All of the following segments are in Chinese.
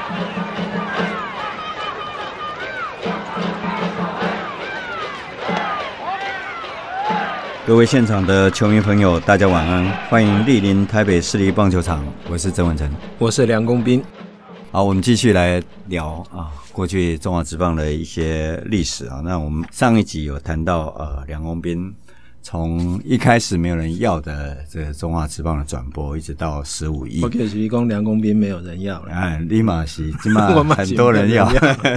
各位现场的球迷朋友，大家晚安，欢迎莅临台北市立棒球场，我是曾文成， 我是梁公斌。 好，我们继续来聊过去中华职棒的一些历史啊。那我们上一集有谈到梁公斌从一开始没有人要的这个中华职棒的转播，一直到15亿。 我可是说梁公斌没有人要了， 立马是起码很多人要。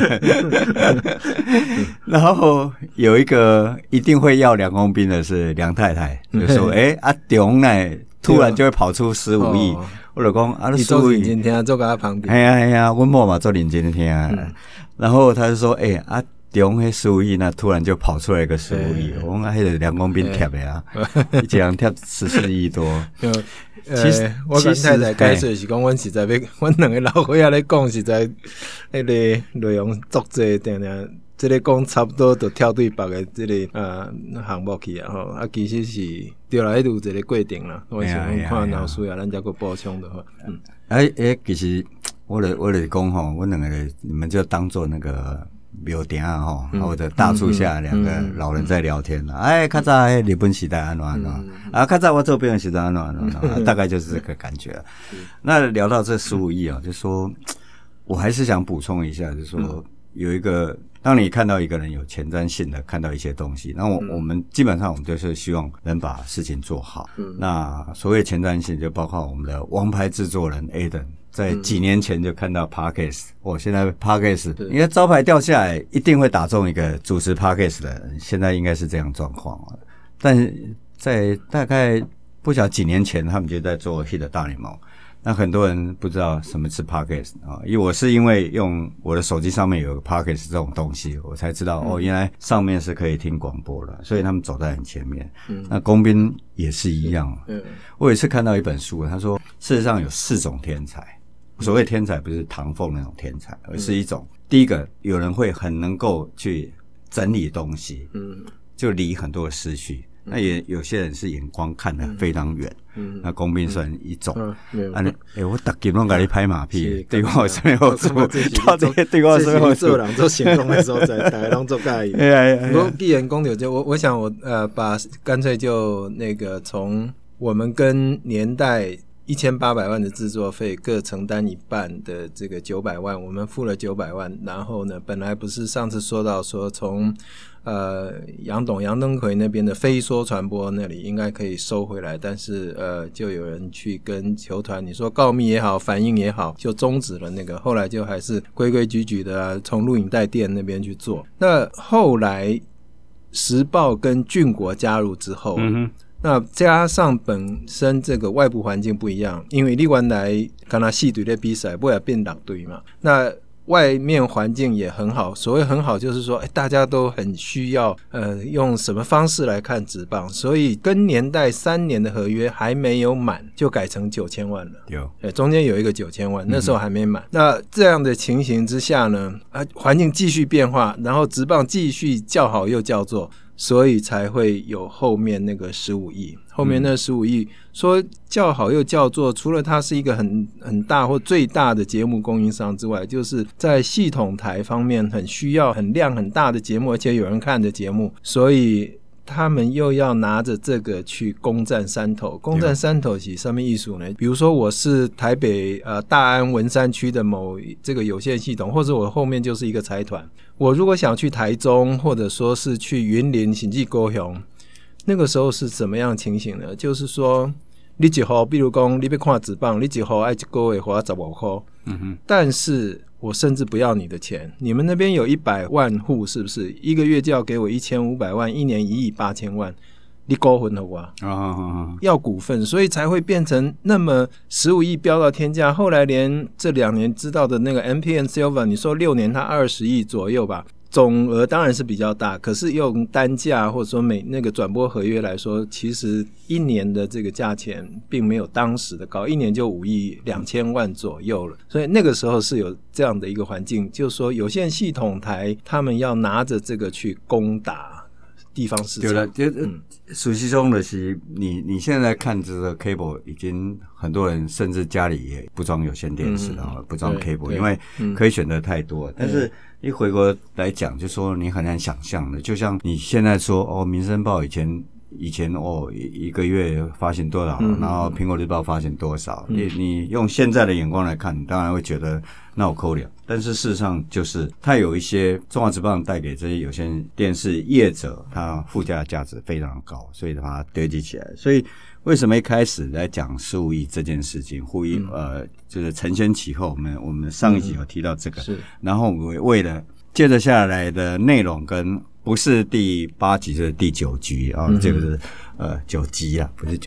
然后有一个一定会要梁公斌的是梁太太，就说中呢突然就会跑出15亿。我就说你做认真听，坐在他旁边。 哎呀，我某嘛做认真听。然后他就说中迄15亿，那突然就跑出来一个15亿，我讲迄个梁公斌贴的啊，一人贴14亿多。 其实我跟太太解释是讲，阮实在要，阮两个老伙仔咧讲，实在迄个内容足济，定定这个讲差不多就跳对别个这个项目去啊吼。其实是对啦，迄有一个规定啦。我想看老师啊，咱再个补充的话， 其实我就讲吼，我两个你们就当做那个庙埕吼，或者大树下两个老人在聊天较早日本时代安怎较早我做兵的时代安怎大概就是这个感觉。那聊到这15亿就说我还是想补充一下，就是说有一个，当你看到一个人有前瞻性的看到一些东西，那我们基本上我们就是希望能把事情做好。那所谓前瞻性就包括我们的王牌制作人 Aden。在几年前就看到 Podcast， 现在 Podcast 因为招牌掉下来一定会打中一个主持 Podcast 的人，现在应该是这样状况。但是在大概不晓得几年前他们就在做 Hit 大联盟，那很多人不知道什么是 Podcast 因为我是因为用我的手机上面有个 Podcast 这种东西，我才知道原来上面是可以听广播的，所以他们走在很前面。那公斌也是一样。我有一次看到一本书，他说事实上有4种天才。所谓天才不是唐凤那种天才，而是一种，第一个有人会很能够去整理东西，就理很多的思绪。那也有些人是眼光看得非常远，那公斌算一种。我大家都给你拍马屁，对我有什么好处？到这些对我有什么好处？ 做人做行动的时候，大家都做介意。我既然讲到我想我把干脆就那个从我们跟年代。1800万的制作费各承担一半的这个900万，我们付了900万，然后呢，本来不是上次说到说从杨登魁那边的非说传播那里应该可以收回来，但是就有人去跟球团你说告密也好，反映也好，就终止了那个，后来就还是规规矩矩的从录影带店那边去做。那后来时报跟俊国加入之后，那加上本身这个外部环境不一样，因为你原来跟他4队的比赛不要变6队嘛，那外面环境也很好，所谓很好就是说大家都很需要用什么方式来看职棒，所以跟年代3年的合约还没有满就改成9000万了，有中间有一个9000万，那时候还没满。那这样的情形之下呢环境继续变化，然后职棒继续叫好又叫座，所以才会有后面那个15亿。后面那15亿说叫好又叫座，除了它是一个很大或最大的节目供应商之外，就是在系统台方面很需要很量很大的节目，而且有人看的节目，所以他们又要拿着这个去攻占山头。攻占山头是什么意思呢？比如说我是台北大安文山区的某这个有线系统，或者我后面就是一个财团，我如果想去台中或者说是去云林甚至高雄，那个时候是怎么样情形呢？就是说你一号比如说你要看职棒，你一号要一个月花15块，但是我甚至不要你的钱，你们那边有100万户是不是一个月就要给我1500万，一年1亿8千万，你股份了我要股份，所以才会变成那么15亿飙到天价。后来连这2年知道的那个 MPN Silver， 你说6年它20亿左右吧，总额当然是比较大，可是用单价或者说每那个转播合约来说，其实1年的这个价钱并没有当时的高，1年就5亿2千万左右了。所以那个时候是有这样的一个环境，就是说有线系统台他们要拿着这个去攻打地方市场。 对了，实际上的是你现在看这个 cable， 已经很多人甚至家里也不装有线电视了，不装 cable， 因为可以选择太多。但是一回国来讲，就说你很难想象的，就像你现在说民生报以前一个月发行多少，然后苹果日报发行多少，你用现在的眼光来看，你当然会觉得那我扣了。但是事实上就是它有一些中华职棒带给这些有线电视业者，它附加的价值非常高，所以把它堆积起来。所以为什么一开始来讲15亿这件事情，呼吁就是承先启后，我们上一集有提到这个，然后我为了接着下来的内容跟不是第8集，就是第9集啊，这个是9集啊，不是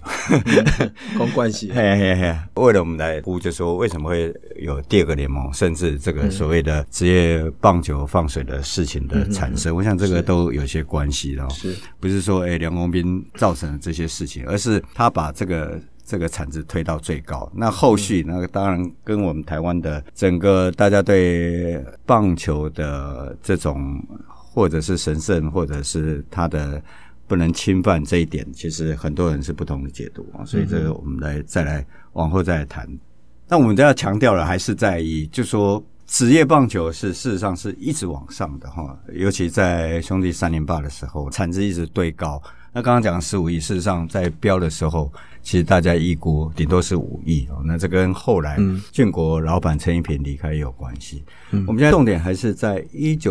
9， 公关系。 为了我们来估，就说为什么会有第2个联盟，甚至这个所谓的职业棒球放水的事情的产生，我想这个都有些关系的，不是说梁公斌造成了这些事情，而是他把这个产值推到最高。那后续那个当然跟我们台湾的整个大家对棒球的这种或者是神圣，或者是他的不能侵犯这一点，其实很多人是不同的解读，所以这个我们再来往后再来谈。但我们都要强调的还是在于，就说职业棒球是事实上是一直往上的哈，尤其在兄弟3连霸的时候，产值一直堆高。那刚刚讲15亿，事实上在标的时候，其实大家预估顶多是5亿哦。那这跟后来俊国老板陈一平离开也有关系。我们现在重点还是在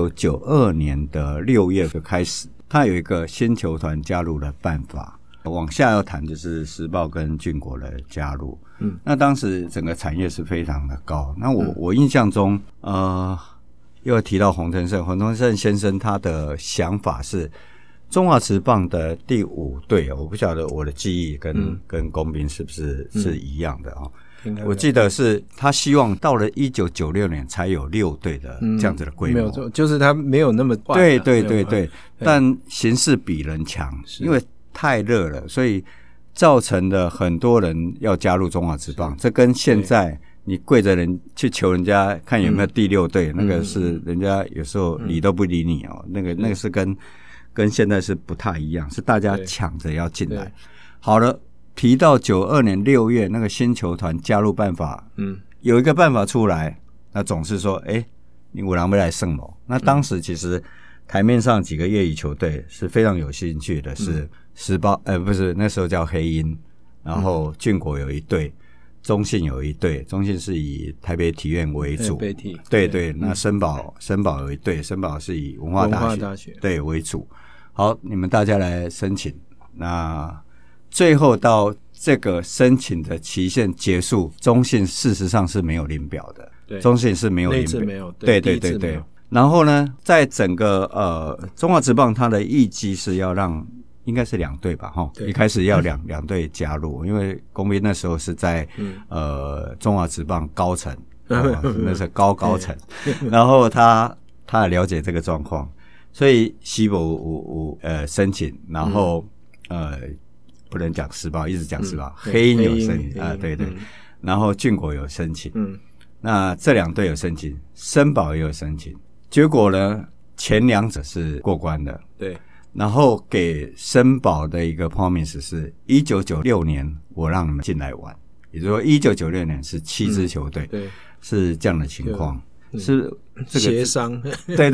1992年的6月就开始，他有一个新球团加入的办法。往下要谈就是时报跟俊国的加入。那当时整个产业是非常的高。那我印象中，又提到洪承胜先生，他的想法是中华职棒的第5队，我不晓得我的记忆跟公斌是不是一样的哦。我记得是他希望到了1996年才有6队的这样子的规模， 没有错，就是他没有那么快， 对，但形势比人强，因为太热了，所以造成了很多人要加入中华职棒。这跟现在你跪着人去求人家看有没有第6队，那个是人家有时候理都不理你哦，那个是跟现在是不太一样，是大家抢着要进来。好了，提到92年6月那个新球团加入办法，有一个办法出来，那总是说，你有人要来胜咯。那当时其实台面上几个业余球队是非常有兴趣的，是时报，不是，那时候叫黑鹰，然后俊国有一队，中信有一队，中信是以台北体院为主，对，那申宝有一队，申宝是以文化大学对为主。好，你们大家来申请，那最后到这个申请的期限结束，中信事实上是没有领表的，中信是没有领表， 没有， 对。然后呢，在整个中华职棒，它的预计是要让应该是2队吧，一开始要两队加入，因为公斌那时候是在中华职棒高层，那是高层，然后他也了解这个状况，所以西部申请，然后不能讲时报，一直讲时报，黑鹰有申请啊，对，然后俊国有申请，那这2队有申请，申宝也有申请，结果呢，前2者是过关的， 对。 然后给申宝的一个 promise 是1996年我让你们进来玩，也就是说1996年是7支球队， 对， 是这样的情况，是这个协商， 对，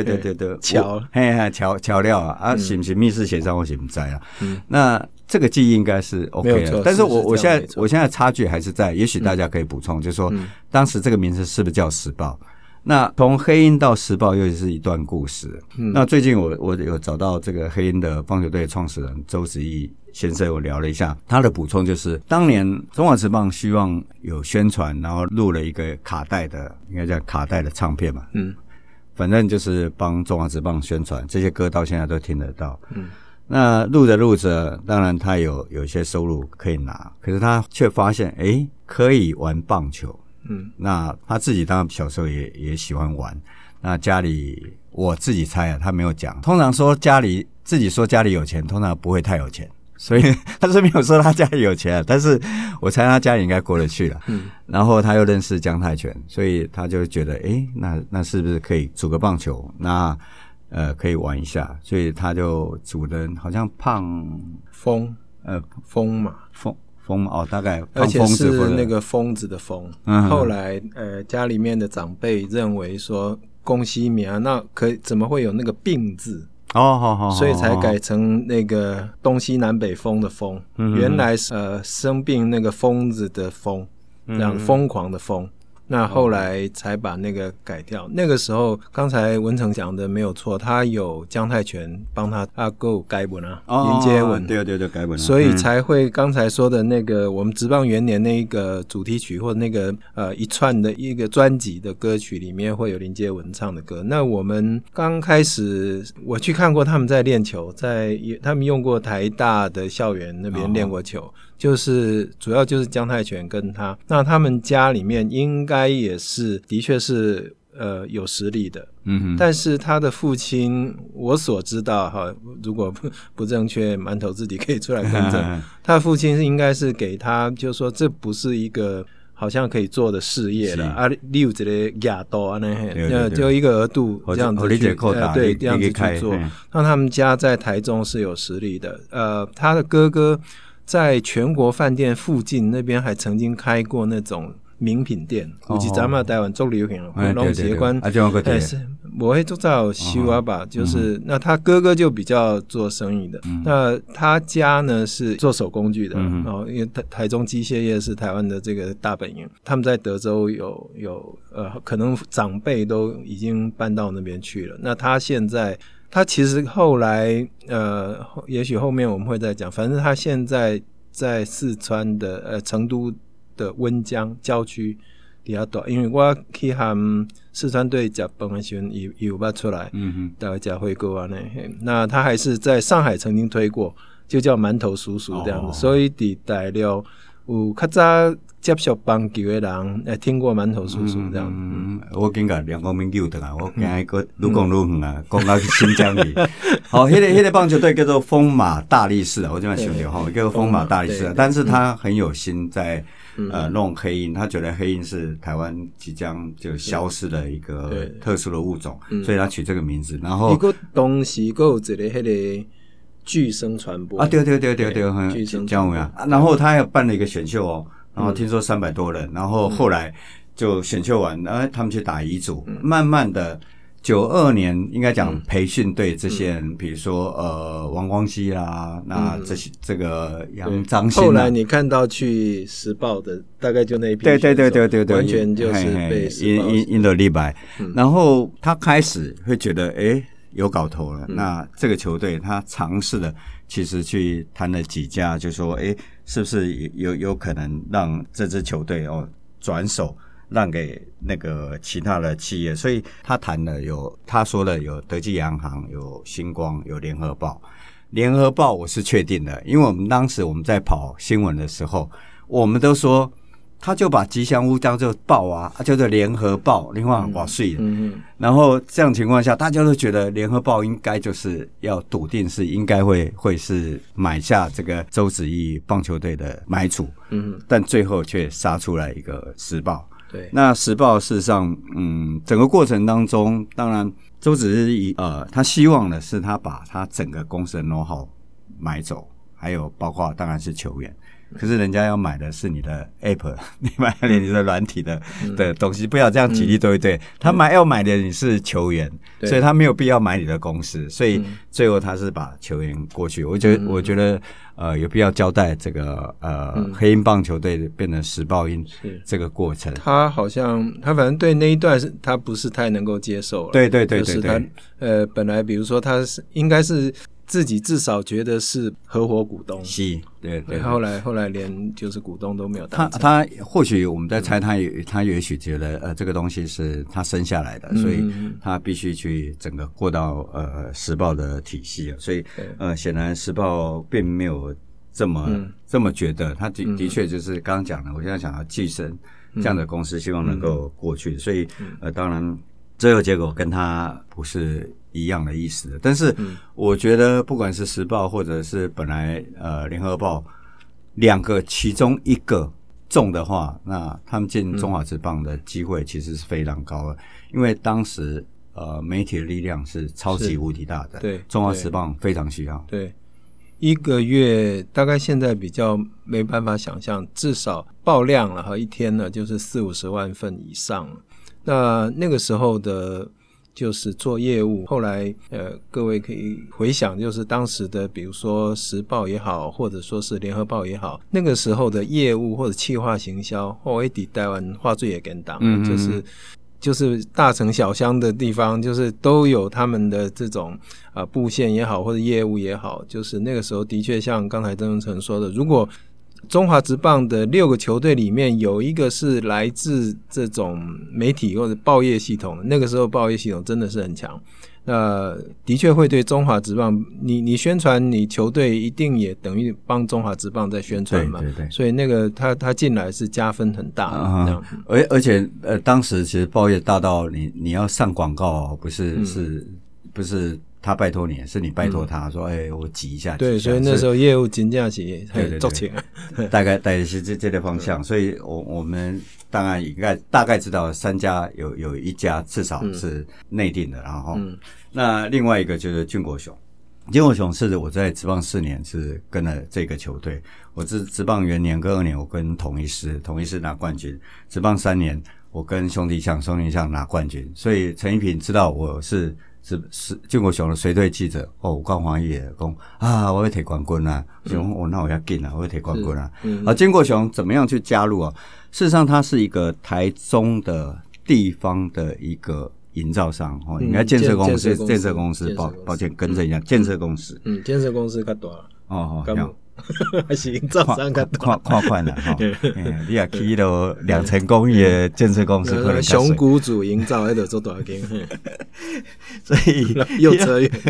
桥料啊，是不是密室协商我是不知道，那这个记忆应该是 OK 的，但是我现在差距还是在，也许大家可以补充，就是说当时这个名字是不是叫时报？那从黑鹰到时报又是一段故事。那最近我有找到这个黑鹰的棒球队创始人周子毅先生，我聊了一下，他的补充就是当年中华职棒希望有宣传，然后录了一个卡带的，应该叫卡带的唱片嘛，反正就是帮中华职棒宣传，这些歌到现在都听得到。那录着，当然他有一些收入可以拿，可是他却发现，可以玩棒球。那他自己当然小时候也喜欢玩。那家里我自己猜他没有讲。通常说自己说家里有钱，通常不会太有钱，所以他是没有说他家里有钱，但是我猜他家里应该过得去了。然后他又认识姜泰拳，所以他就觉得，那是不是可以组个棒球？那可以玩一下，所以他就组的好像风嘛， 风哦，大概而且是那个疯子的疯。后来家里面的长辈认为说公西名那怎么会有那个病字？ 好， 所以才改成那个东西南北风的风。原来是生病那个疯子的疯，这样疯狂的疯。那后来才把那个改掉。那个时候，刚才文成讲的没有错，他有姜泰拳帮他够改文连接文， 对，改文， 所以才会刚才说的那个我们职棒元年那个主题曲或者那个一串的一个专辑的歌曲里面会有林接文唱的歌。那我们刚开始我去看过他们在练球，他们用过台大的校园那边练过球。就是主要就是姜泰拳跟他，那他们家里面应该也是的确是有实力的，但是他的父亲我所知道哈，如果不正确，馒头自己可以出来更正。他的父亲应该是给他，就是说这不是一个好像可以做的事业了啊，你有这个亚度啊，那就一个额度这样子去，对，这样子去做。那他们家在台中是有实力的，他的哥哥在全国饭店附近那边还曾经开过那种名品店，有一阵嘛台湾足流行了，拢结关，我会做到修啊吧，就是那他哥哥就比较做生意的，那他家呢是做手工具的，因为台中机械业是台湾的这个大本营，他们在德州有可能长辈都已经搬到那边去了，那他现在。他其实后来也许后面我们会再讲，反正他现在在四川的成都的温江郊区比较大，因为我去他们四川队吃饭的时候有捌出来，大概吃火锅啊那他还是在上海曾经推过，就叫馒头叔叔这样子，所以在大陆有较早接受棒球的人听过馒头叔叔这样我感觉两公民救的我今日个愈讲愈远啊，讲到新疆里。好，那个棒球队叫做风马大力士我这样想着哈，叫做风马大力士但是他很有心在弄黑鹰，他觉得黑鹰是台湾即将就消失的一个特殊的物种，所以他取这个名字。然后， 不过当时还有一个那个巨声传播对，巨声传播然后他还办了一个选秀然后听说300多人，然后后来就选秀完，他们去打乙组，慢慢的92年应该讲培训队这些人，比如说王光熙啦，那这个杨张欣， 后来你看到去时报的大概就那一批，对，完全就是被时报印的立白，然后他开始会觉得有搞头了，那这个球队他尝试的其实去谈了几家，就说是不是有可能让这支球队转手让给那个其他的企业，所以他谈了他说的有德记洋行、有星光、有联合报。联合报我是确定的，因为我们当时我们在跑新闻的时候，我们都说他就把吉祥物叫做报叫做联合报，另外哇碎然后这样情况下，大家都觉得联合报应该就是要笃定是应该会是买下这个周子毅棒球队的买主，但最后却杀出来一个时报。 对， 那时报事实上，整个过程当中，当然周子毅他希望的是他把他整个公司的 know-how 买走，还有包括当然是球员。可是人家要买的是你的 app， 你买了你的软体的东西，不要这样举例对不对？他要买的你是球员，所以他没有必要买你的公司，所以最后他是把球员过去。我觉得有必要交代这个黑鹰棒球队变成时报鹰这个过程。 他好像他反正对那一段他不是太能够接受了， 对， 就是他本来比如说他应该是。自己至少觉得是合伙股东， 是，对， 后来连就是股东都没有当成。 他或许我们在猜他也许觉得这个东西是他生下来的，所以他必须去整个过到时报的体系所以显然时报并没有这么觉得，他的确就是刚刚讲的，我现在想要寄生这样的公司，希望能够过去，所以当然最后结果跟他不是一样的意思的，但是我觉得不管是时报或者是本来联合报两个其中一个中的话，那他们进中华职棒的机会其实是非常高的，因为当时媒体的力量是超级无敌大的， 对， 中华职棒非常需要。 对，一个月大概现在比较没办法想象，至少爆量了哈，一天呢就是40-50万份以上。那个时候的就是做业务，后来各位可以回想，就是当时的比如说时报也好，或者说是联合报也好，那个时候的业务或者企划行销，或者台湾话最也跟党，就是大城小乡的地方，就是都有他们的这种布线也好，或者业务也好，就是那个时候的确像刚才曾文成说的，如果中华职棒的6个球队里面有一个是来自这种媒体或者报业系统的，那个时候报业系统真的是很强，的确会对中华职棒，你宣传你球队一定也等于帮中华职棒在宣传嘛， 对， 所以那个他进来是加分很大的， 而且当时其实报业大到你要上广告不是他拜托你，是你拜托他说我挤一下。 对，所以那时候业务真的是很做钱， 大概是这个方向，所以我们当然应该大概知道3家有一家至少是内定的，然后那另外一个就是俊国雄。俊国雄是我在职棒4年是跟了这个球队，我职棒元年跟2年我跟统一狮拿冠军，职棒3年我跟兄弟象拿冠军，所以陈一平知道我是俊国雄的随队记者我跟黄奕也说我要拿冠军啊，我那我要紧啊，我要拿冠军啊。俊国雄怎么样去加入啊？事实上他是一个台中的地方的一个营造商应该建设公司，抱歉更正一下，建设公司。 建设公司较大还是营造商较大， 看了你也去到2层公寓的建设公司，可能熊谷主营造那就做大间， 所以又扯远。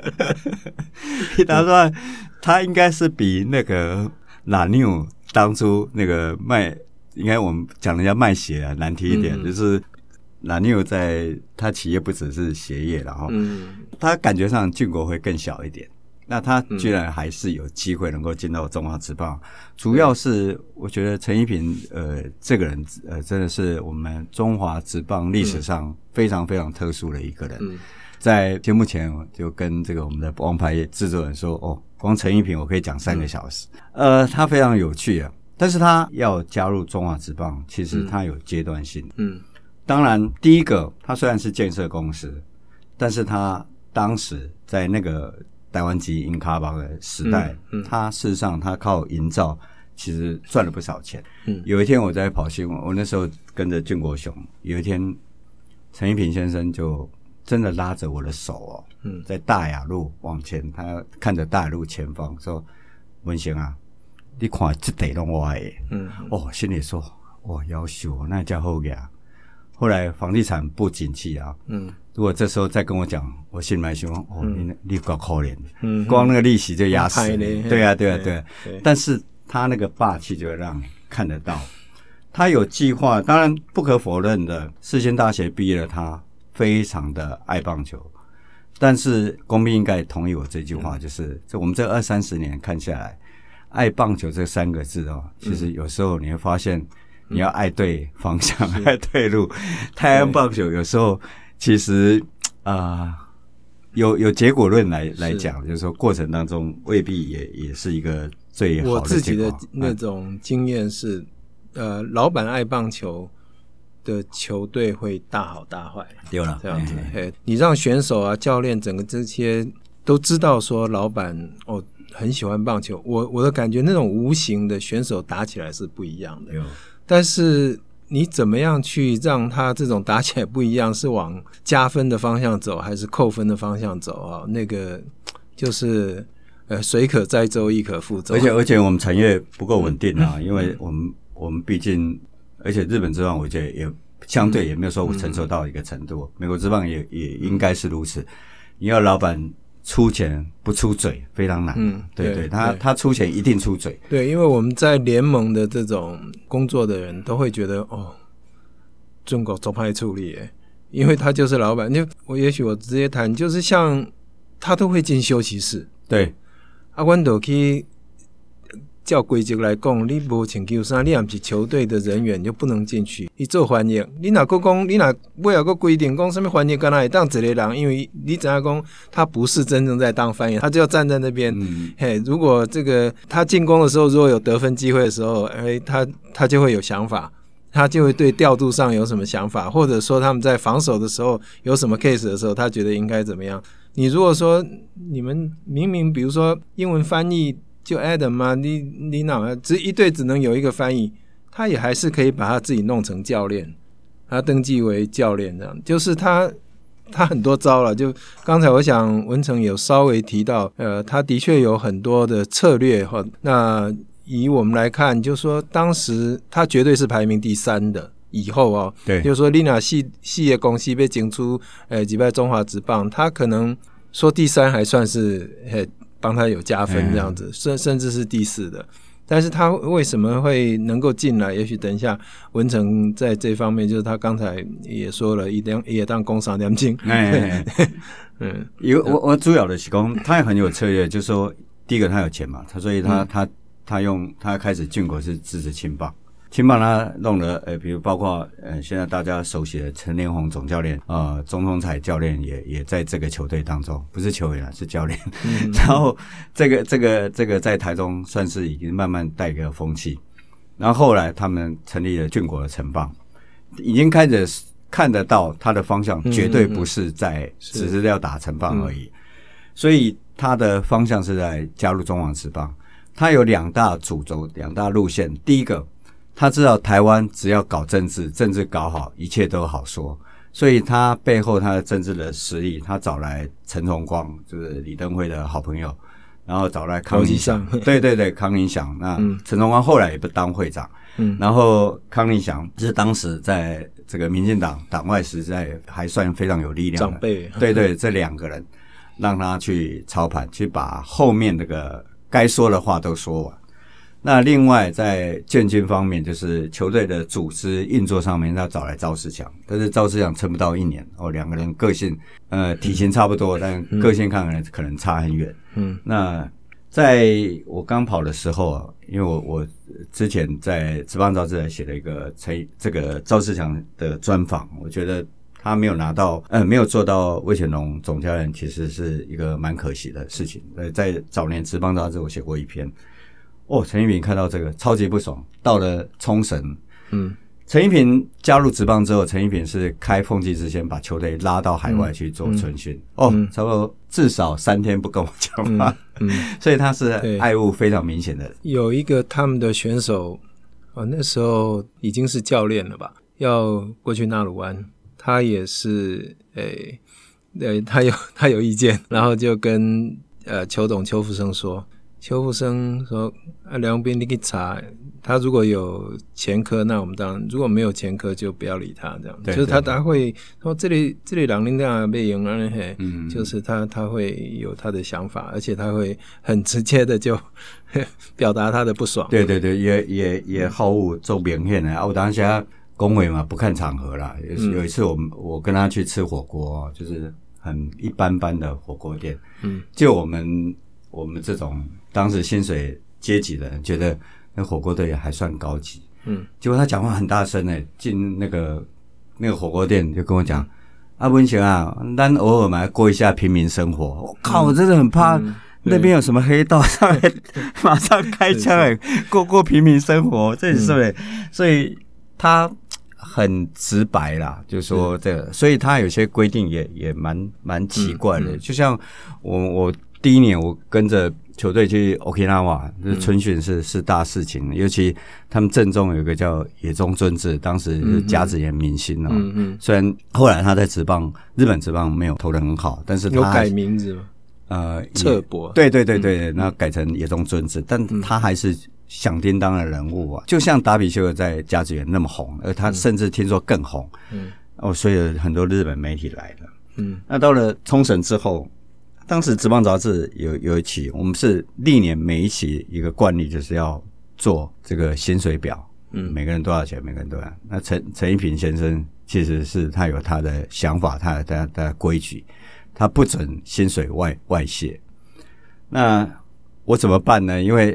他说他应该是比那个拉纽当初那个卖，应该我们讲人家卖鞋难听一点，就是拉纽在他企业不只是鞋业，然后他感觉上俊国会更小一点。那他居然还是有机会能够进到中华职棒，主要是我觉得陈一平这个人真的是我们中华职棒历史上非常非常特殊的一个人。在节目前我就跟这个我们的王牌制作人说光陈一平我可以讲3个小时。他非常有趣但是他要加入中华职棒，其实他有阶段性。当然第一个他虽然是建设公司，但是他当时在那个台湾籍英卡邦的时代，他事实上他靠营造其实赚了不少钱。有一天我在跑新闻，我那时候跟着俊国雄，有一天陈一平先生就真的拉着我的手在大雅路往前，他看着大雅路前方说：“文贤啊，你看这地都我的。”心里说：“夭寿那叫好个。”后来房地产不景气如果这时候再跟我讲，我心里面想你够可怜的，光那个利息就压死你。对啊。但是他那个霸气就会让你看得到，他有计划。当然不可否认的，世新大学毕业了，他非常的爱棒球。但是公民应该也同意我这句话，就是我们这20-30年看下来，爱棒球这3个字其实有时候你会发现，你要爱对方向，爱对路。太爱棒球有时候其实有结果论来讲，就是说过程当中未必也是一个最好的结果。 我自己的那种经验是，老板爱棒球的球队会大好大坏， 对了， 这样子。你让选手啊、教练整个这些都知道说老板很喜欢棒球，我的感觉那种无形的选手打起来是不一样的。但是你怎么样去让他这种打起来不一样，是往加分的方向走还是扣分的方向走那个就是水可载舟亦可覆舟。 而且我们产业不够稳定因为我们毕竟，而且日本职棒我觉得也相对也没有说我承受到一个程度，美国职棒也应该是如此。你要老板出钱不出嘴非常难。对，他出钱一定出嘴。 对，因为我们在联盟的这种工作的人都会觉得中国总派处理因为他就是老板。也许我直接谈，就是像他都会进休息室。 对， 我们就去照规则来讲，你无穿球衫，你也不是球队的人员，就不能进去。你做翻译，你若佫讲，你若尾后佫规定讲什么翻译，敢若会当一个人，因为你知影讲他不是真正在当翻译，他就要站在那边。嘿，如果这个他进攻的时候，如果有得分机会的时候，他就会有想法。他就会对调度上有什么想法，或者说他们在防守的时候有什么 case 的时候，他觉得应该怎么样。你如果说你们明明比如说英文翻译就 Adam 嘛，你哪一队只能有一个翻译，他也还是可以把他自己弄成教练，他登记为教练这样，就是他很多招了。就刚才我想文成有稍微提到，他的确有很多的策略哈。那以我们来看，就是说当时他绝对是排名第3的。以后哦， 对， 就是说你若四个公司被竞出击败中华职棒，他可能说第3还算是帮他有加分这样子，甚至是第4的。但是他为什么会能够进来？也许等一下文成在这方面，就是他刚才也说了，也当工商两金。 因为我主要的是讲，他也很有策略，就是说第一个他有钱嘛，所以他开始进国是支持青棒。青棒他弄了比如包括现在大家熟悉的陈连宏总教练钟聪彩教练也在这个球队当中，不是球员啊，是教练。然后这个在台中算是已经慢慢带个风气。然后后来他们成立了俊国的城棒，已经开始看得到他的方向绝对不是在只是要打城棒而已。所以他的方向是在加入中华职棒。他有2大主轴，2大路线。第一个，他知道台湾只要搞政治搞好，一切都好说，所以他背后他的政治的实力，他找来陈崇光，就是李登辉的好朋友，然后找来康宁祥，对，康宁祥。那陈崇光后来也不当会长，然后康宁祥是当时在这个民进党党外实在还算非常有力量的长辈， 对，这2个人让他去操盘，去把后面那个该说的话都说完。那另外在建军方面，就是球队的组织运作上面，他找来赵世强，但是赵世强撑不到1年，2个人个性体型差不多，但个性看可能差很远。那在我刚跑的时候啊，因为我之前在职棒杂志写了一个这个赵世强的专访，我觉得他没有做到魏全龙总教练，其实是一个蛮可惜的事情。在早年职棒杂志我写过一篇。陈一平看到这个超级不爽，到了冲绳，陈一平加入职棒之后，陈一平是开凤季之先把球队拉到海外去做春训，差不多至少3天不跟我讲话，所以他是爱物非常明显的。 有一个他们的选手那时候已经是教练了吧，要过去纳鲁湾，他也是他有意见，然后就跟邱董邱福生说，邱福生说梁斌你去查，他如果有前科，那我们当然如果没有前科就不要理他，这样就是他会说这里人领导被赢了，就是他会有他的想法，而且他会很直接的就表达他的不爽。 对，也好恶做明显的我当下恭维嘛，不看场合啦。有一次我跟他去吃火锅，就是很一般般的火锅店，就我们这种当时薪水阶级的人觉得那火锅店还算高级，结果他讲话很大声进那个火锅店就跟我讲，文成啊，咱偶尔嘛过一下平民生活。我靠，我真的很怕那边有什么黑道上来马上开枪过平民生活，这是不是？所以他很直白啦，就说这个，所以他有些规定也蛮奇怪的，就像我第1年我跟着球队去 Okinawa， 春训是大事情，尤其他们正中有一个叫野中尊治，当时是甲子园明星虽然后来他在日本职棒没有投得很好，但是他有改名字吗？侧柏， 对，那改成野中尊治，但他还是响叮当的人物啊，就像达比修尔在甲子园那么红，而他甚至听说更红，所以有很多日本媒体来了，那到了冲绳之后。当时职棒杂志有一期，我们是历年每一期一个惯例，就是要做这个薪水表，每个人多少钱，每个人多少钱。那陈一平先生其实是他有他的想法，他的规矩，他不准薪水外泄。那我怎么办呢？因为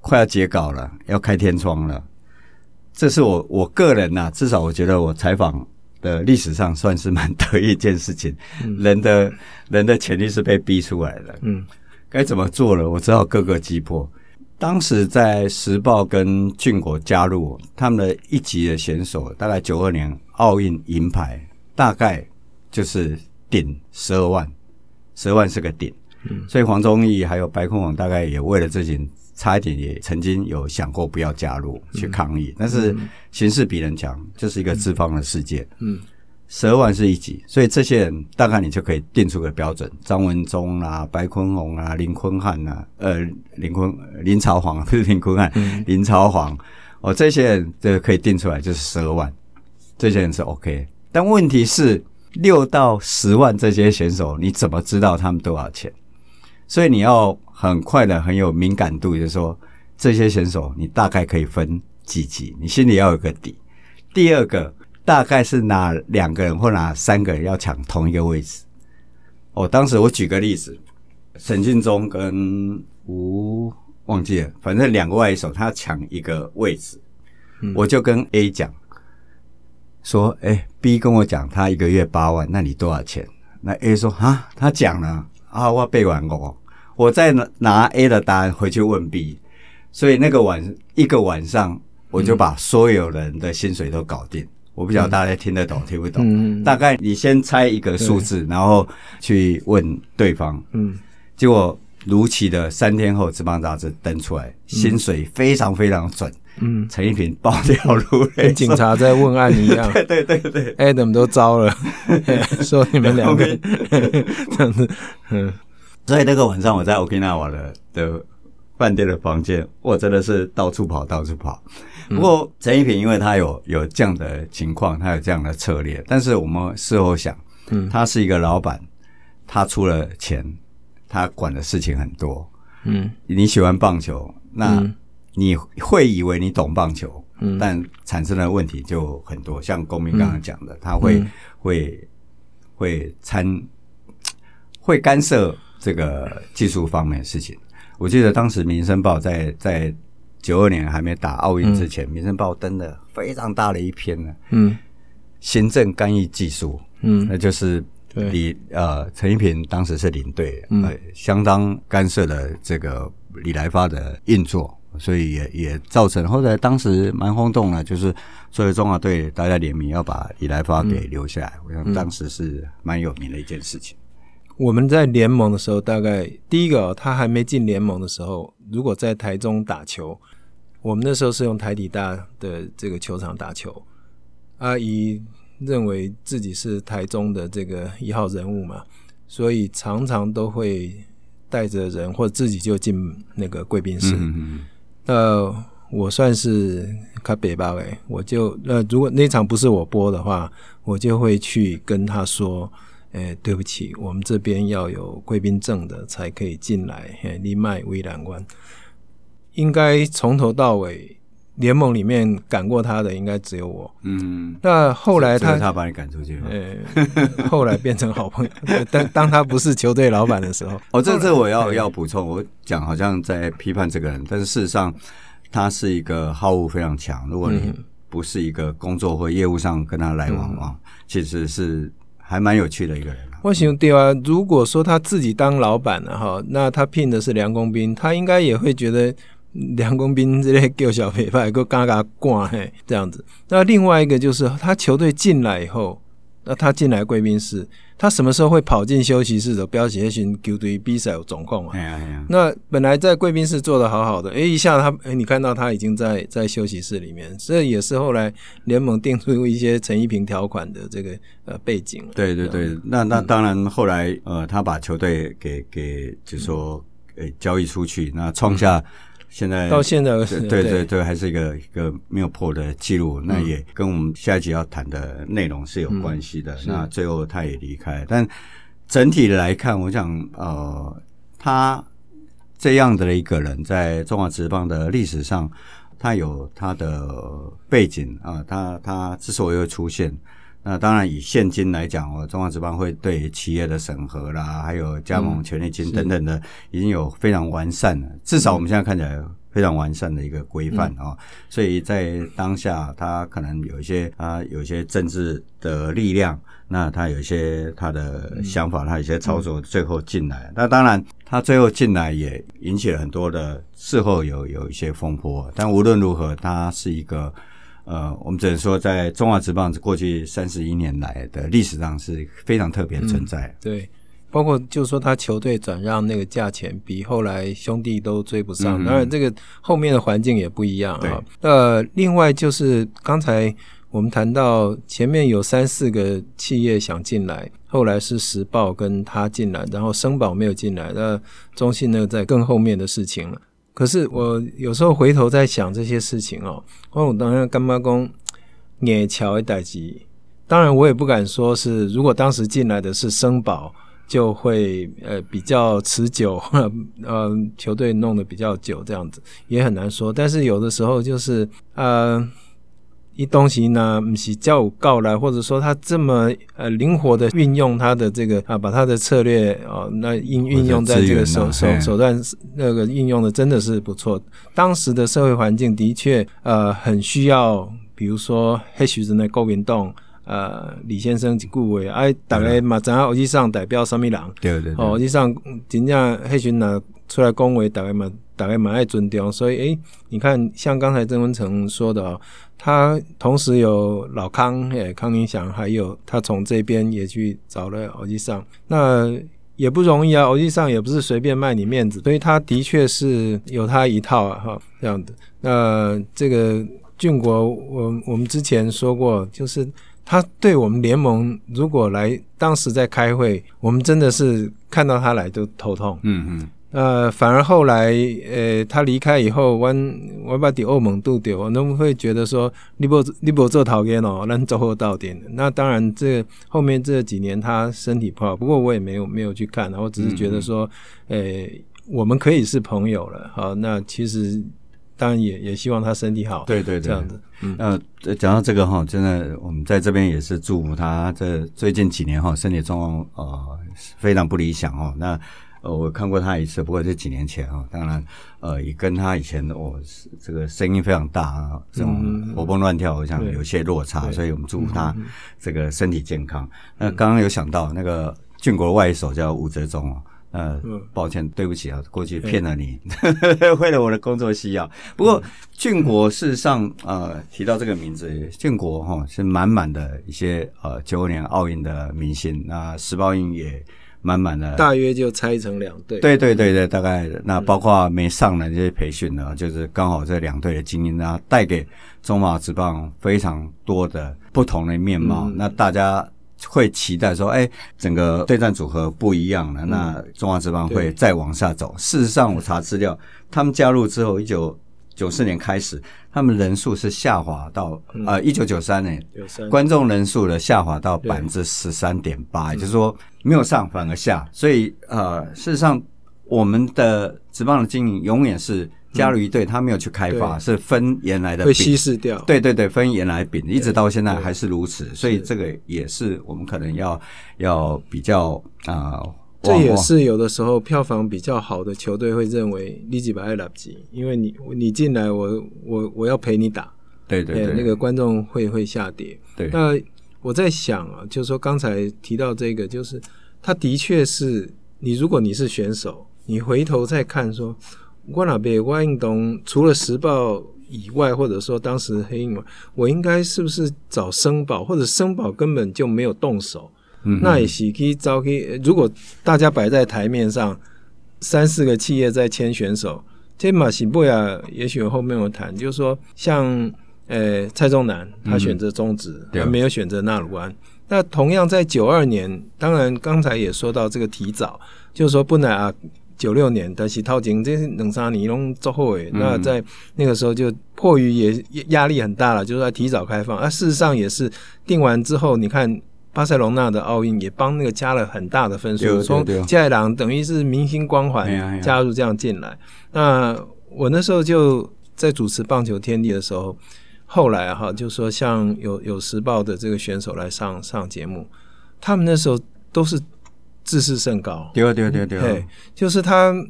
快要截稿了，要开天窗了。这是我个人啊，至少我觉得我采访的历史上算是蛮得意一件事情。人的潜力是被逼出来的。该怎么做了？我只好各个击破。当时在时报跟俊国加入，他们的一级的选手，大概92年奥运银牌，大概就是顶12万，12万是个顶。所以黄宗义还有白昆宏大概也为了这件差一点也曾经有想过不要加入去抗议，但是形势比人强，就是一个资方的世界。12万是一级，所以这些人大概你就可以定出个标准，张文忠啊、白昆宏啊、林坤汉啊，林朝煌不是林坤汉，林朝煌这些人就可以定出来就是12万，这些人是 OK。但问题是6到10万这些选手，你怎么知道他们多少钱？所以你要很快的很有敏感度，就是说这些选手你大概可以分几级，你心里要有个底。第二个，大概是哪2个人或哪3个人要抢同一个位置。当时我举个例子，沈俊宗跟忘记了，反正2个外手他抢一个位置，我就跟 A 讲说，B 跟我讲他1个月8万，那你多少钱？那 A 说他讲了我背完我再拿 A 的答案回去问 B， 所以一个晚上我就把所有人的薪水都搞定。我不晓得大家听得懂听不懂。大概你先猜一个数字，然后去问对方。结果如期的3天后，《职棒杂志》登出来，薪水非常非常准。陈一平爆掉如雷， 跟警察在问案一样。 对 ，Adam 都招了，说你们2个这样子。 所以那个晚上我在 Okinawa 的饭店的房间，我真的是到处跑。不过陈一平因为他有这样的情况，他有这样的策略，但是我们事后想，他是一个老板，他出了钱，他管的事情很多。你喜欢棒球，那你会以为你懂棒球，但产生的问题就很多。像公民刚刚讲的，他会干涉这个技术方面的事情。我记得当时《民生报》在92年还没打奥运之前，《民生报》登了非常大的一篇呢。行政干预技术，那就是陈一平当时是领队，相当干涉了这个李来发的运作，所以也造成后来当时蛮轰动的，就是所有中华队大家联名要把李来发给留下来，我想当时是蛮有名的一件事情。 我们在联盟的时候，大概第一个他还没进联盟的时候，如果在台中打球，我们那时候是用台体大的这个球场打球，阿姨认为自己是台中的这个1号人物嘛，所以常常都会带着人或者自己就进那个贵宾室。我算是较北吧我就如果那场不是我播的话，我就会去跟他说，对不起，我们这边要有贵宾证的才可以进来，你卖微蓝湾。应该从头到尾联盟里面赶过他的应该只有我。那后来他把你赶出去了。 后来变成好朋友。当他不是球队老板的时候。 这我要补充，我讲好像在批判这个人，但是事实上他是一个好恶非常强。如果你不是一个工作或业务上跟他来往其实是还蛮有趣的一个人。 我想对啊，如果说他自己当老板了那他聘的是梁公斌，他应该也会觉得梁公斌这类叫小屁派，还嘎嘎挂这样子。那另外一个就是他球队进来以后，那他进来贵宾室，他什么时候会跑进休息室的？不要写群球队比赛有状况嘛。那本来在贵宾室做得好好的，一下你看到他已经在休息室里面，这也是后来联盟定出一些陈一平条款的这个背景。 对，那当然后来他把球队给就是说交易出去，那创下现在到现在对，还是一个没有破的记录。那也跟我们下一集要谈的内容是有关系的。那最后他也离开，但整体的来看，我想他这样的一个人在中华职棒的历史上，他有他的背景他之所以会出现，那当然以现今来讲中华职棒会对企业的审核啦，还有加盟权利金等等的已经有非常完善了，至少我们现在看起来非常完善的一个规范所以在当下他可能有一些政治的力量，那他有一些他的想法，他有一些操作最后进来，那当然他最后进来也引起了很多的事后有一些风波，但无论如何他是一个我们只能说在中华职棒过去31年来的历史上是非常特别的存在。 对，包括就是说他球队转让那个价钱比后来兄弟都追不上，当然这个后面的环境也不一样另外就是刚才我们谈到前面有3-4个企业想进来，后来是时报跟他进来，然后生保没有进来，那中信那个在更后面的事情了。可是我有时候回头在想这些事情我当然感觉说眼巧的代志，当然我也不敢说是如果当时进来的是生保就会比较持久球队弄得比较久，这样子也很难说。但是有的时候就是一东西呢不是叫有告来，或者说他这么灵活的运用他的这个把他的策略那运用在这个手段那个运用的真的是不错。当时的社会环境的确很需要，比如说那时候的国民党李先生一句话大家嘛知道实际上代表什么人， 对对对实际上真正那时候出来讲话大家蛮爱尊重，所以你看像刚才曾文成说的他同时有老康康宁祥，还有他从这边也去找了欧吉桑，那也不容易欧吉桑也不是随便卖你面子，所以他的确是有他一套这样的。那这个俊国我们之前说过，就是他对我们联盟如果来当时在开会，我们真的是看到他来都头痛。反而后来他离开以后，我把在欧盟拄到，我都会觉得说你没做讨厌我们做后到点。那当然这后面这几年他身体不好，不过我也没有去看，我只是觉得说我们可以是朋友了那其实当然也希望他身体好， 对对对， 这样子。 讲到这个真的我们在这边也是祝福他，这最近几年身体状况非常不理想那我看过他一次，不过这几年前当然也跟他以前这个声音非常大这种活蹦乱跳，我想有些落差，所以我们祝福他这个身体健康。那刚刚有想到那个俊国外手叫吴哲忠抱歉对不起过去骗了你为了我的工作需要。不过俊国事实上提到这个名字，俊国是满满的一些95年奥运的明星，那时报运也满满的， 大约就拆成2队。 对对对对，大概那包括没上的这些培训呢，就是刚好这2队的精英呢，带给中华职棒非常多的不同的面貌。那大家会期待说整个对战组合不一样了，那中华职棒会再往下走。事实上我查资料，他们加入之后1994年开始，他们人数是下滑到1993年观众人数的下滑到 13.8%， 也就是说没有上反而下。所以事实上我们的职棒的经营永远是加入一队，他没有去开发，是分原来的饼， 会稀释掉。 对对对，分原来饼，一直到现在还是如此。所以这个也是我们可能要比较这也是有的时候票房比较好的球队会认为你几百来集，因为你进来我要陪你打， 对对对， 那个观众会下跌。 对， 那我在想就是说刚才提到这个，就是他的确是如果你是选手，你回头再看说我哪边我运动除了时报以外，或者说当时黑鹰我应该是不是找生保，或者生保根本就没有动手。那也是可以找去，如果大家摆在台面上3-4个企业在签选手，这马西布亚也许后面有谈，就是说像蔡宗南他选择中职，他没有选择纳鲁湾。那同样在92年，当然刚才也说到这个提早，就是说本来96年但是套前这2-3年都做好的，那在那个时候就迫于也压力很大了，就是要提早开放。事实上也是定完之后，你看巴塞隆纳的奥运也帮那个加了很大的分数，从加里朗等于是明星光环加入这样进来。那我那时候就在主持棒球天地的时候，后来就说像有时报的这个选手来上节目，他们那时候都是自视甚高， 对， 就是他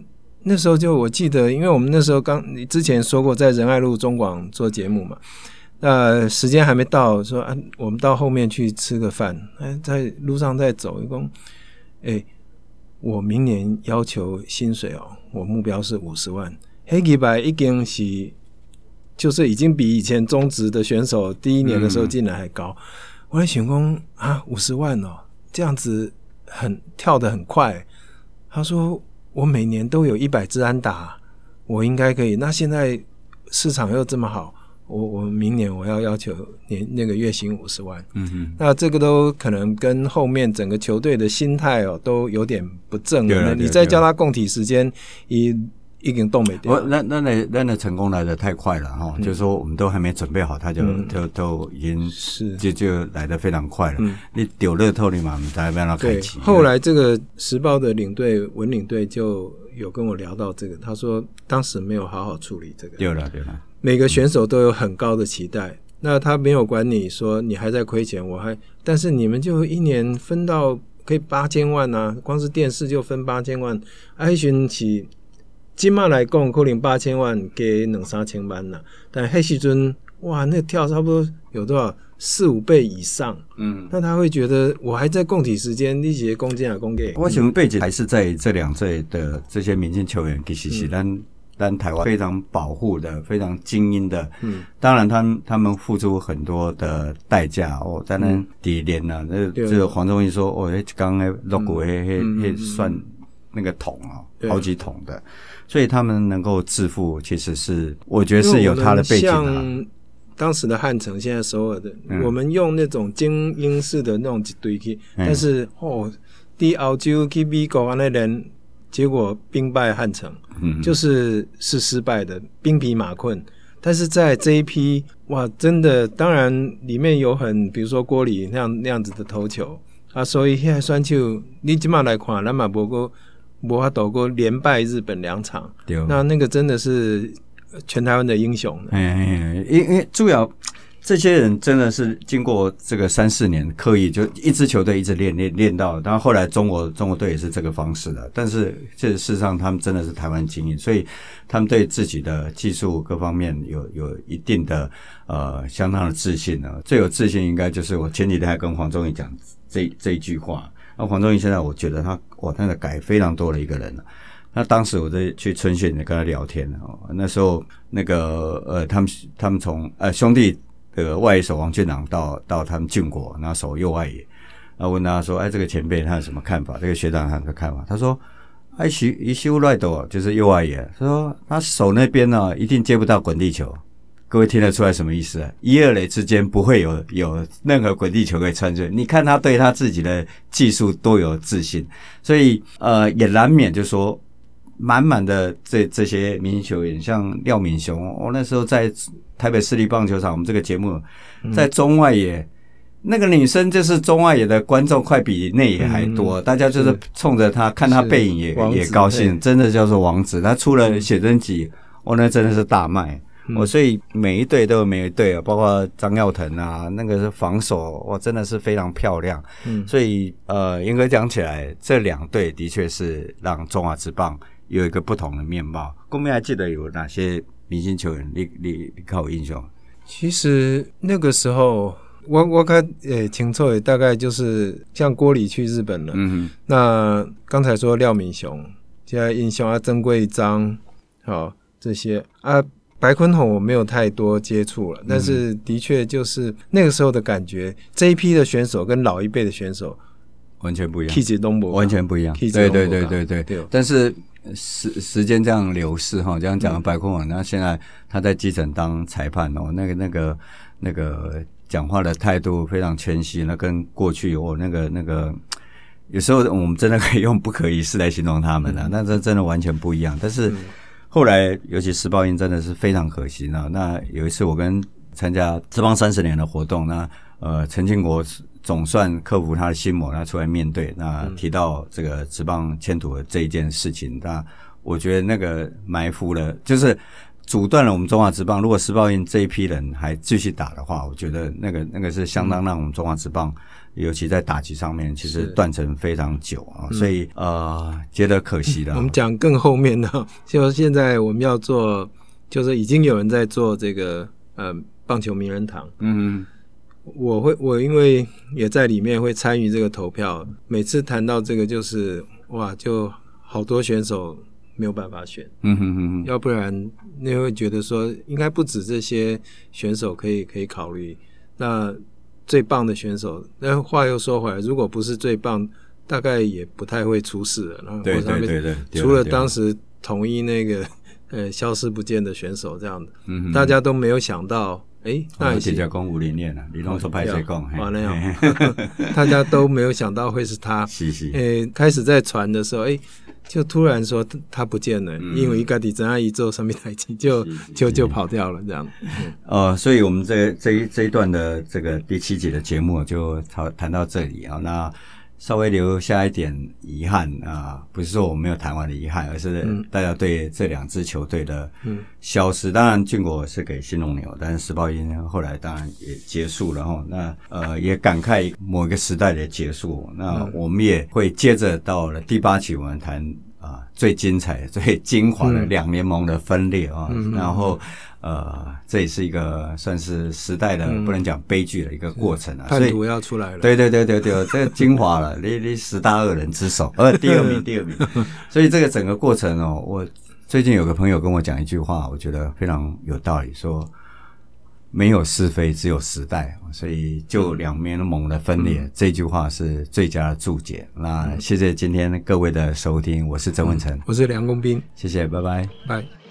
那时候就我记得，因为我们那时候你之前说过在仁爱路中广做节目嘛，时间还没到，说我们到后面去吃个饭，在路上在走，一共我明年要求薪水我目标是50万，那礼拜已经是就是已经比以前中职的选手第一年的时候进来还高。我在想说50万这样子跳得很快。他说我每年都有100支安打，我应该可以。那现在市场又这么好，我明年我要求那个月薪50万。那这个都可能跟后面整个球队的心态都有点不正了。你再叫他共体时间，已经动没掉。 那的成功来得太快了哈，就是说我们都还没准备好，他就都已经就来得非常快了。你丢乐透你嘛，你才让他开启。 后来这个时报的文领队就有跟我聊到这个，他说当时没有好好处理这个。 对了， 每个选手都有很高的期待，那他没有管你说你还在亏钱，但是你们就一年分到可以8000万啊，光是电视就分8000万，那时候是现在来讲可能8000万给2-3千万啦，但那时候哇，那跳差不多有多少4-5倍以上。那他会觉得我还在共体时间，你这攻进啊攻给。 我想背景还是在这2队的这些明星球员，其实是但台湾非常保护的，非常精英的。当然他们付出很多的代价当然第一年啊，这黄宗义说刚才落骨算那个桶好几桶的，所以他们能够致富，其实是我觉得是有他的背景像当时的汉城，现在首尔的，我们用那种精英式的那种一堆去，但是第欧洲去美国那人，结果兵败汉城，就是失败的，兵疲马困。但是在这一批，哇，真的，当然里面有比如说郭里那样子的投球所以现在选手你今嘛来看，咱嘛没法度过连败日本2场，那个真的是全台湾的英雄。 因为主要这些人真的是经过这个3-4年刻意，就一支球队一直练到，然后后来中国队也是这个方式的，但是事实上他们真的是台湾精英，所以他们对自己的技术各方面有一定的相当的自信呢。最有自信应该就是我前几天还跟黄宗义讲这一句话。那黄宗义现在我觉得他改非常多的一个人了。那当时我在去春训跟他聊天那时候那个他们从兄弟的外野手王俊朗到他们俊国，然后守右外野，然后问他说这个前辈他有什么看法，这个学长他有什么看法，他说一修赖斗就是右外野，他说他手那边呢一定接不到滚地球。各位听得出来什么意思1、2垒之间不会有任何滚地球可以穿越，你看他对他自己的技术多有自信，所以也难免就说满满的这些明星球员，像廖敏雄那时候在台北市立棒球场，我们这个节目在中外野那个女生就是中外野的观众快比内野还多，大家就是冲着他看他背影也高兴，真的叫做王子。他出了写真集那真的是大卖。所以每一队都有每一队包括张耀腾啊，那个是防守真的是非常漂亮。所以严格讲起来，这2队的确是让中华职棒有一个不同的面貌。公明还记得有哪些明星球员你靠有印象？ 其实那个时候我看清楚的大概就是像郭里去日本了。那刚才说廖敏雄，现在印象曾贵章这些白昆宏我没有太多接触了，但是的确就是那个时候的感觉，这一批的选手跟老一辈的选手完全不一样， 气质都完全不一样。对。但是时间这样流逝这样讲的白昆宏，那现在他在基层当裁判那个讲话的态度非常谦虚，那跟过去那个有时候我们真的可以用不可一世来形容他们那这真的完全不一样。但是后来尤其时报鹰真的是非常可惜那有一次我跟参加职棒30年的活动，那陈庆国总算克服他的心魔，他出来面对，那提到这个职棒迁土的这一件事情，那我觉得那个埋伏了，就是阻断了我们中华职棒。如果时报鹰这一批人还继续打的话，我觉得那个是相当让我们中华职棒，尤其在打击上面，其实断层非常久啊，所以觉得可惜了。 我们讲更后面的，就现在我们要做，就是已经有人在做这个棒球名人堂。我因为也在里面会参与这个投票，每次谈到这个就是哇，就好多选手没有办法选。要不然你会觉得说应该不止这些选手可以考虑，那最棒的选手，那话又说回来，如果不是最棒，大概也不太会出事了。 对， 除了当时统一那个消失不见的选手这样的，大家都没有想到。那也是讲50年了，你拢说拍谁讲？ 那样，大家都没有想到会是他。开始在传的时候，就突然说他不见了，因为他在真爱一做上面台机就跑掉了这样。 所以我们这一段的这个第7集的节目就谈到这里啊。那稍微留下一点遗憾啊，不是说我没有谈完的遗憾，而是大家对这2支球队的消失。当然俊国是给新龙牛，但是时报鹰后来当然也结束了齁。那也感慨某一个时代的结束。那我们也会接着到了第8期，我们谈最精彩最精华的2联盟的分裂啊。然后这也是一个算是时代的不能讲悲剧的一个过程啊， 叛徒要出来了。 对，这个精华了，你10大恶人之首，第二名。所以这个整个过程哦，我最近有个朋友跟我讲一句话，我觉得非常有道理，说没有是非，只有时代。所以就2联盟的分裂，这句话是最佳的注解。那谢谢今天各位的收听，我是曾文成， 我是梁公斌， 谢谢，拜拜， 拜。